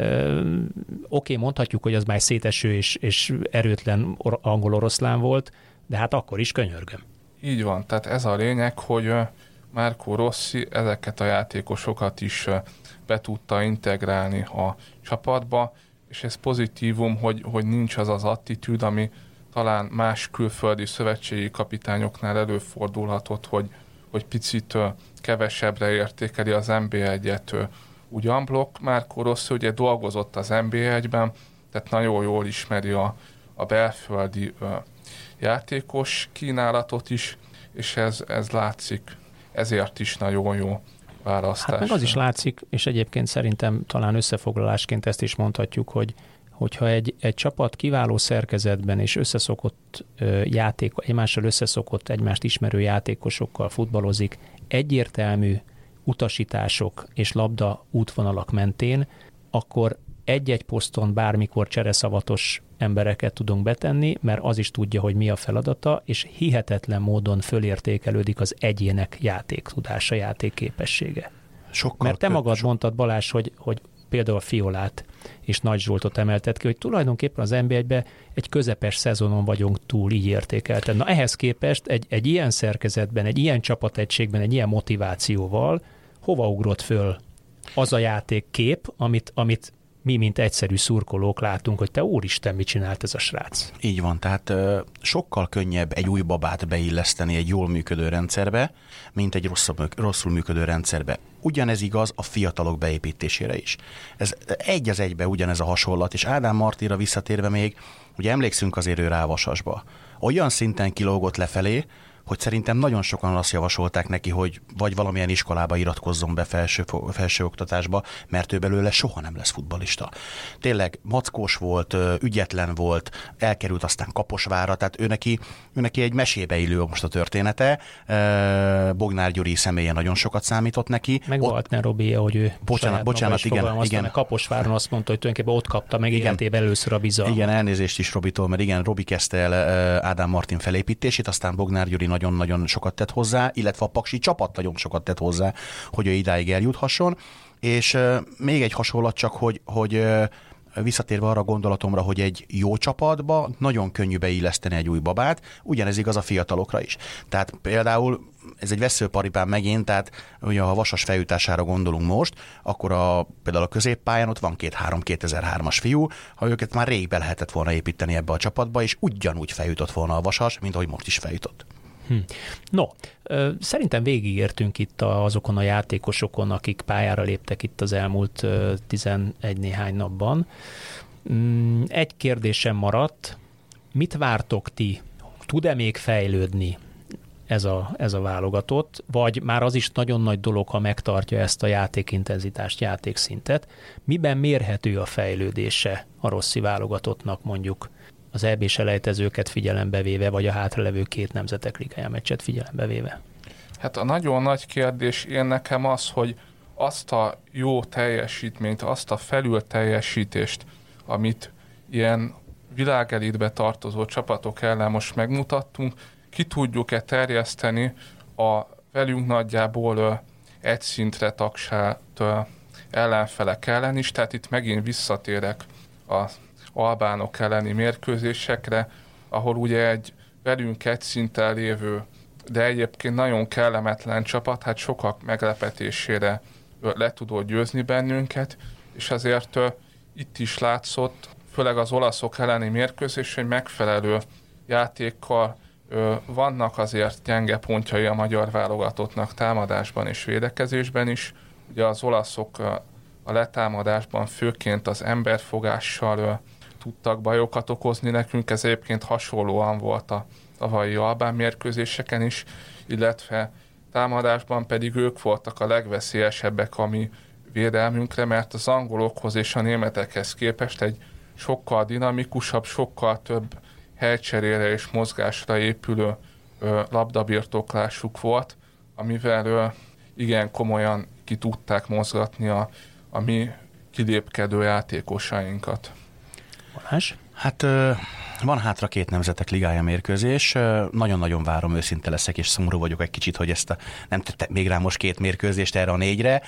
oké, mondhatjuk, hogy az már széteső és erőtlen angol-oroszlán volt, de hát akkor is könyörgöm. Így van, tehát ez a lényeg, hogy Marco Rossi ezeket a játékosokat is be tudta integrálni a csapatba, és ez pozitívum, hogy nincs az attitűd, ami talán más külföldi szövetségi kapitányoknál előfordulhatott, hogy picit kevesebbre értékeli az NB1-et ugyanblokk. Marco Rossi ugye dolgozott az NB1-ben, tehát nagyon jól ismeri a belföldi játékos kínálatot is, és ez látszik. Ezért is nagyon jó választás. Hát meg az is látszik, és egyébként szerintem talán összefoglalásként ezt is mondhatjuk, hogyha egy csapat kiváló szerkezetben és összeszokott egymással összeszokott, egymást ismerő játékosokkal futballozik, egyértelmű utasítások és labda útvonalak mentén, akkor egy-egy poszton bármikor csereszavatos embereket tudunk betenni, mert az is tudja, hogy mi a feladata, és hihetetlen módon fölértékelődik az egyének játéktudása, játékképessége. Mert te magad mondtad, Balázs, hogy például a Fiolát és Nagy Zsoltot emelted ki, hogy tulajdonképpen az NB1-ben egy közepes szezonon vagyunk túl, így értékelten. Na ehhez képest egy ilyen szerkezetben, egy ilyen csapategységben, egy ilyen motivációval hova ugrott föl az a játékkép, amit mi, mint egyszerű szurkolók látunk, hogy te úristen, mit csinált ez a srác. Így van, tehát sokkal könnyebb egy új babát beilleszteni egy jól működő rendszerbe, mint egy rosszul működő rendszerbe. Ugyanez igaz a fiatalok beépítésére is. Ez egy az egybe ugyanez a hasonlat, és Ádám Martinra visszatérve még, ugye emlékszünk azért ő rá a Vasasba. Olyan szinten kilógott lefelé, hogy szerintem nagyon sokan azt javasolták neki, hogy vagy valamilyen iskolába iratkozzon be felsőoktatásba, mert ő belőle soha nem lesz futballista. Tényleg mackós volt, ügyetlen volt, elkerült aztán Kaposvárra, tehát ő neki egy mesébe illő most a története. Bognár Gyuri személye nagyon sokat számított neki. Meg Waltner Robi, hogy ő bocsánat, igen. Kaposváron azt mondta, hogy tulajdonképpen ott kapta meg életében először a bizalmat. Igen, elnézést is Robitól, mert igen, Robi kezdte el Ádám Martin felépítését, aztán Bognár Gyuri nagyon-nagyon sokat tett hozzá, illetve a paksi csapat nagyon sokat tett hozzá, hogy ő idáig eljuthasson. És még egy hasonlat csak, hogy visszatérve arra a gondolatomra, hogy egy jó csapatba nagyon könnyű beilleszteni egy új babát, ugyanez igaz a fiatalokra is. Tehát például ez egy veszőparipám megint, tehát ugye ha a Vasas feljutására gondolunk most, akkor például a középpályán ott van 2003-as fiú, ha őket már rég be lehetett volna építeni ebbe a csapatba, és ugyanúgy feljutott volna a Vasas, mint ahogy most is feljutott. No, szerintem végigértünk itt azokon a játékosokon, akik pályára léptek itt az elmúlt 11 néhány napban. Egy kérdésem maradt, mit vártok ti? Tud-e még fejlődni ez a válogatott, vagy már az is nagyon nagy dolog, ha megtartja ezt a játékintenzitást, játékszintet? Miben mérhető a fejlődése a Rossi válogatottnak mondjuk az EB-s elejtezőket figyelembe véve, vagy a hátralevő 2 nemzetek ligája meccset figyelembe véve? Hát a nagyon nagy kérdés én nekem az, hogy azt a jó teljesítményt, azt a felül teljesítést, amit ilyen világelitbe tartozó csapatok ellen most megmutattunk, ki tudjuk-e terjeszteni a velünk nagyjából egy szintre tagsált ellenfelek ellen is, tehát itt megint visszatérek az albánok elleni mérkőzésekre, ahol ugye egy velünk egy szinten lévő, de egyébként nagyon kellemetlen csapat, hát sokak meglepetésére le tudott győzni bennünket, és azért itt is látszott, főleg az olaszok elleni mérkőzés, hogy megfelelő játékkal vannak azért gyenge pontjai a magyar válogatottnak támadásban és védekezésben is. Ugye az olaszok a letámadásban főként az emberfogással tudtak bajokat okozni nekünk, ez egyébként hasonlóan volt a tavalyi albán mérkőzéseken is, illetve támadásban pedig ők voltak a legveszélyesebbek a mi védelmünkre, mert az angolokhoz és a németekhez képest egy sokkal dinamikusabb, sokkal több helycserére és mozgásra épülő labdabirtoklásuk volt, amivel igen komolyan ki tudták mozgatni a mi kilépkedő játékosainkat. Balázs? Hát van hátra 2 nemzetek ligája mérkőzés. Nagyon-nagyon várom, őszinte leszek, és szomorú vagyok egy kicsit, hogy nem tettek még rá most 2 mérkőzést erre a 4-re,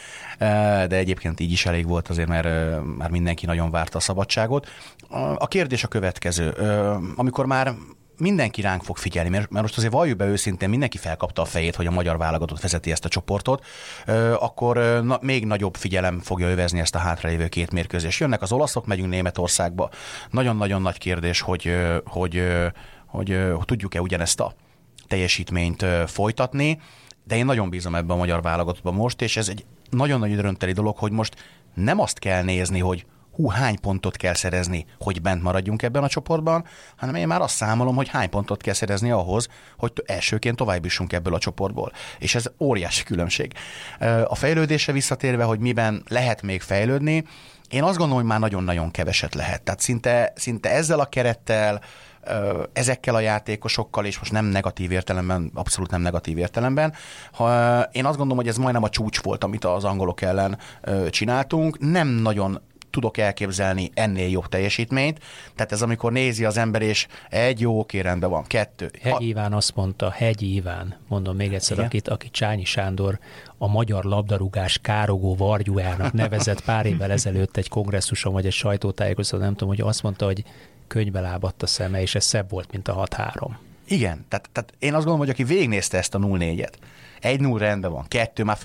de egyébként így is elég volt azért, mert már mindenki nagyon várta a szabadságot. A kérdés a következő. Amikor már mindenki ránk fog figyelni, mert most azért valljuk be őszintén, mindenki felkapta a fejét, hogy a magyar válogatott vezeti ezt a csoportot, akkor még nagyobb figyelem fogja övezni ezt a hátralévő 2 mérkőzést. Jönnek az olaszok, megyünk Németországba. Nagyon-nagyon nagy kérdés, hogy tudjuk-e ugyanezt a teljesítményt folytatni, de én nagyon bízom ebben a magyar válogatottban most, és ez egy nagyon nagy örömteli dolog, hogy most nem azt kell nézni, hogy hány pontot kell szerezni, hogy bent maradjunk ebben a csoportban, hanem én már azt számolom, hogy hány pontot kell szerezni ahhoz, hogy elsőként tovább jussunk ebből a csoportból. És ez óriási különbség. A fejlődésre visszatérve, hogy miben lehet még fejlődni, én azt gondolom, hogy már nagyon-nagyon keveset lehet. Tehát szinte ezzel a kerettel, ezekkel a játékosokkal, és most nem negatív értelemben, abszolút nem negatív értelemben. Én azt gondolom, hogy ez majdnem a csúcs volt, amit az angolok ellen csináltunk. Nem nagyon tudok elképzelni ennél jobb teljesítményt. Tehát ez amikor nézi az ember, és egy jó, oké, rendben van, 2. Hegyi Iván azt mondta, Hegyi Iván, mondom még egyszer, aki Csányi Sándor a magyar labdarúgás károgó varjújának nevezett pár évvel ezelőtt egy kongresszuson, vagy egy sajtótájékoztatón, nem tudom, hogy azt mondta, hogy könyvbe lábadt a szeme, és ez szebb volt, mint a 6-3. Igen, tehát én azt gondolom, hogy aki végignézte ezt a 0-4-et, 1-0 rendben van, 2 már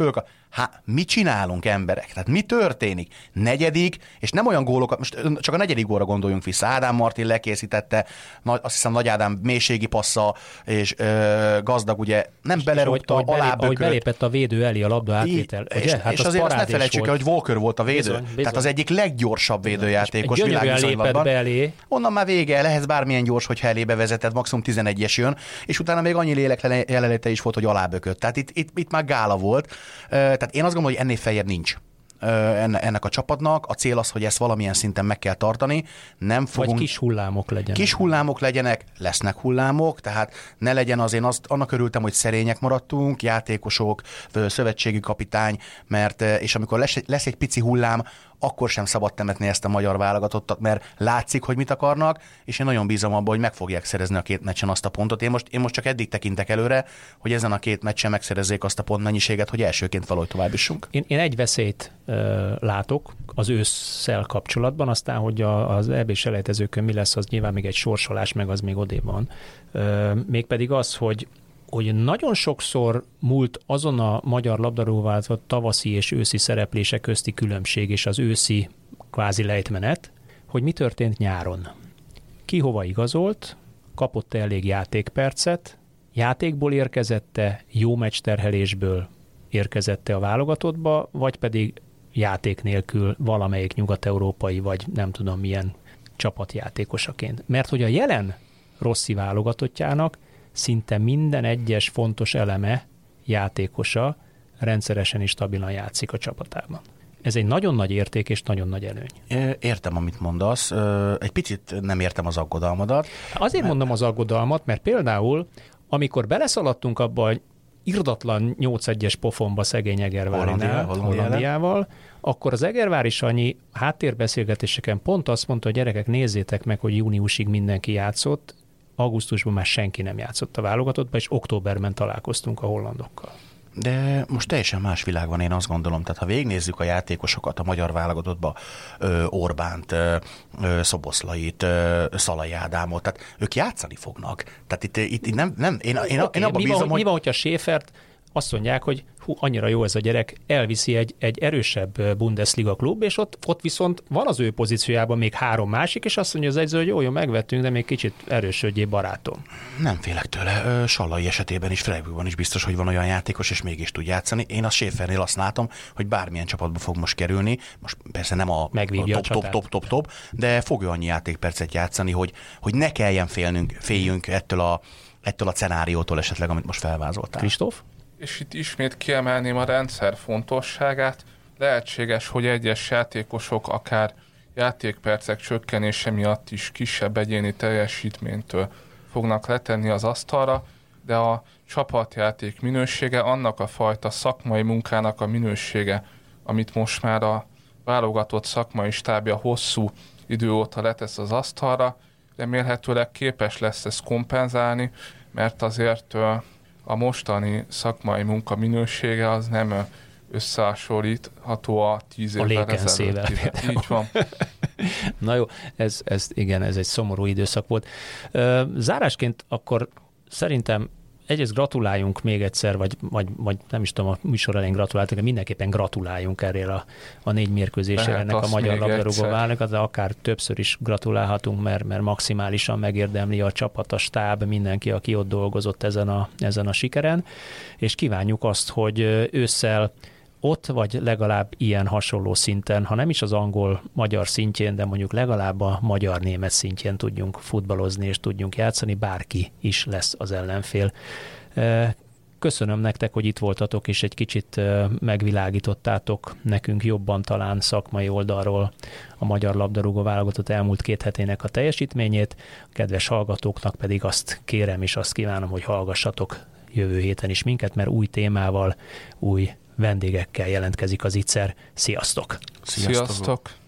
mit csinálunk, emberek? Tehát mi történik? 4. és nem olyan gólokat, most csak a 4. gólra gondoljunk vissza. Ádám Martin lekészítette, azt hiszem Nagy Ádám mélységi passza, és Gazdag ugye nem belerúgta, alábökött. Ahogy belépett a védő elé a labda átvétel. És azért azt ne felejtsük el, hogy Walker volt a védő. Bizony. Tehát az egyik leggyorsabb védőjátékos világviszonylatban. Onnan már vége, lehet bármilyen gyors, hogyha elébe vezeted, maximum 11-es jön, és utána még annyi lélek jelenléte is volt, hogy alábökött. Tehát itt már gála volt. Tehát én azt gondolom, hogy ennél feljebb nincs ennek a csapatnak. A cél az, hogy ezt valamilyen szinten meg kell tartani. Nem fogunk... Vagy kis hullámok legyenek. Kis hullámok legyenek, lesznek hullámok, tehát ne legyen az, én annak örültem, hogy szerények maradtunk, játékosok, szövetségi kapitány, mert és amikor lesz egy pici hullám, akkor sem szabad temetni ezt a magyar válogatottat, mert látszik, hogy mit akarnak, és én nagyon bízom abban, hogy meg fogják szerezni a 2 meccsen azt a pontot. Én most csak eddig tekintek előre, hogy ezen a 2 meccsen megszerezzék azt a pontmennyiséget, hogy elsőként valahogy tovább jussunk. Én egy veszélyt látok az ősszel kapcsolatban, aztán, hogy az EB selejtezőkön mi lesz, az nyilván még egy sorsolás, meg az még odébb van. Mégpedig az, hogy nagyon sokszor múlt azon a magyar labdarúgó tavaszi és őszi szereplése közti különbség és az őszi kvázi lejtmenet, hogy mi történt nyáron. Ki hova igazolt, kapott elég játékpercet, játékból érkezette, jó meccsterhelésből érkezette a válogatottba, vagy pedig játék nélkül valamelyik nyugat-európai, vagy nem tudom milyen csapatjátékosaként. Mert hogy a jelen Rossi válogatottjának szinte minden egyes fontos eleme, játékosa rendszeresen és stabilan játszik a csapatában. Ez egy nagyon nagy érték és nagyon nagy előny. Értem, amit mondasz. Egy picit nem értem az aggodalmadat. Azért mondom az aggodalmat, mert például, amikor beleszaladtunk abba, hogy irdatlan 8-1-es pofonba szegény Egervárinál, Hollandiával, akkor az Egervári Sanyi háttérbeszélgetéseken pont azt mondta, hogy gyerekek, nézzétek meg, hogy júniusig mindenki játszott, augusztusban már senki nem játszott a válogatottba, és októberben találkoztunk a hollandokkal. De most teljesen más világ van, én azt gondolom. Tehát ha végignézzük a játékosokat a magyar válogatottba, Orbánt, Szoboszlait, Szalai Ádámot, tehát ők játszani fognak. Tehát itt nem én abban bízom, hogy... Mi van, hogyha Schäfert azt mondják, hogy annyira jó ez a gyerek, elviszi egy erősebb Bundesliga klub, és ott viszont van az ő pozíciójában még 3 másik, és azt mondja az edző, hogy jó, megvettünk, de még kicsit erősödjél, barátom. Nem félek tőle. Sallai esetében is, Freiburgban is biztos, hogy van olyan játékos, és mégis tud játszani. Én a Schäfernél azt látom, hogy bármilyen csapatba fog most kerülni, most persze nem a top, de fog ő annyi játékpercet játszani, hogy ne kelljen féljünk ettől a szenáriótól esetleg, amit most felvázoltál. Kristóf? És itt ismét kiemelném a rendszer fontosságát. Lehetséges, hogy egyes játékosok akár játékpercek csökkenése miatt is kisebb egyéni teljesítménytől fognak letenni az asztalra, de a csapatjáték minősége, annak a fajta szakmai munkának a minősége, amit most már a válogatott szakmai stábja hosszú idő óta letesz az asztalra, remélhetőleg képes lesz ezt kompenzálni, mert azért a mostani szakmai munka minősége az nem összehasonlítható a 10 évvel ezelőtt. Így van. Na jó, ez egy szomorú időszak volt. Zárásként akkor szerintem egyrészt gratuláljunk még egyszer, vagy nem is tudom, a műsor elején gratuláltunk, de mindenképpen gratuláljunk erre a 4 mérkőzésre ennek a magyar labdarúgó válogatottnak, de akár többször is gratulálhatunk, mert maximálisan megérdemli a csapat, a stáb, mindenki, aki ott dolgozott ezen a sikeren, és kívánjuk azt, hogy ősszel ott, vagy legalább ilyen hasonló szinten, ha nem is az angol-magyar szintjén, de mondjuk legalább a magyar-német szintjén tudjunk futballozni és tudjunk játszani, bárki is lesz az ellenfél. Köszönöm nektek, hogy itt voltatok, és egy kicsit megvilágítottátok nekünk jobban talán szakmai oldalról a magyar labdarúgó válogatott elmúlt 2 hetének a teljesítményét. A kedves hallgatóknak pedig azt kérem és azt kívánom, hogy hallgassatok jövő héten is minket, mert új témával, új vendégekkel jelentkezik az ICER. Sziasztok! Sziasztok!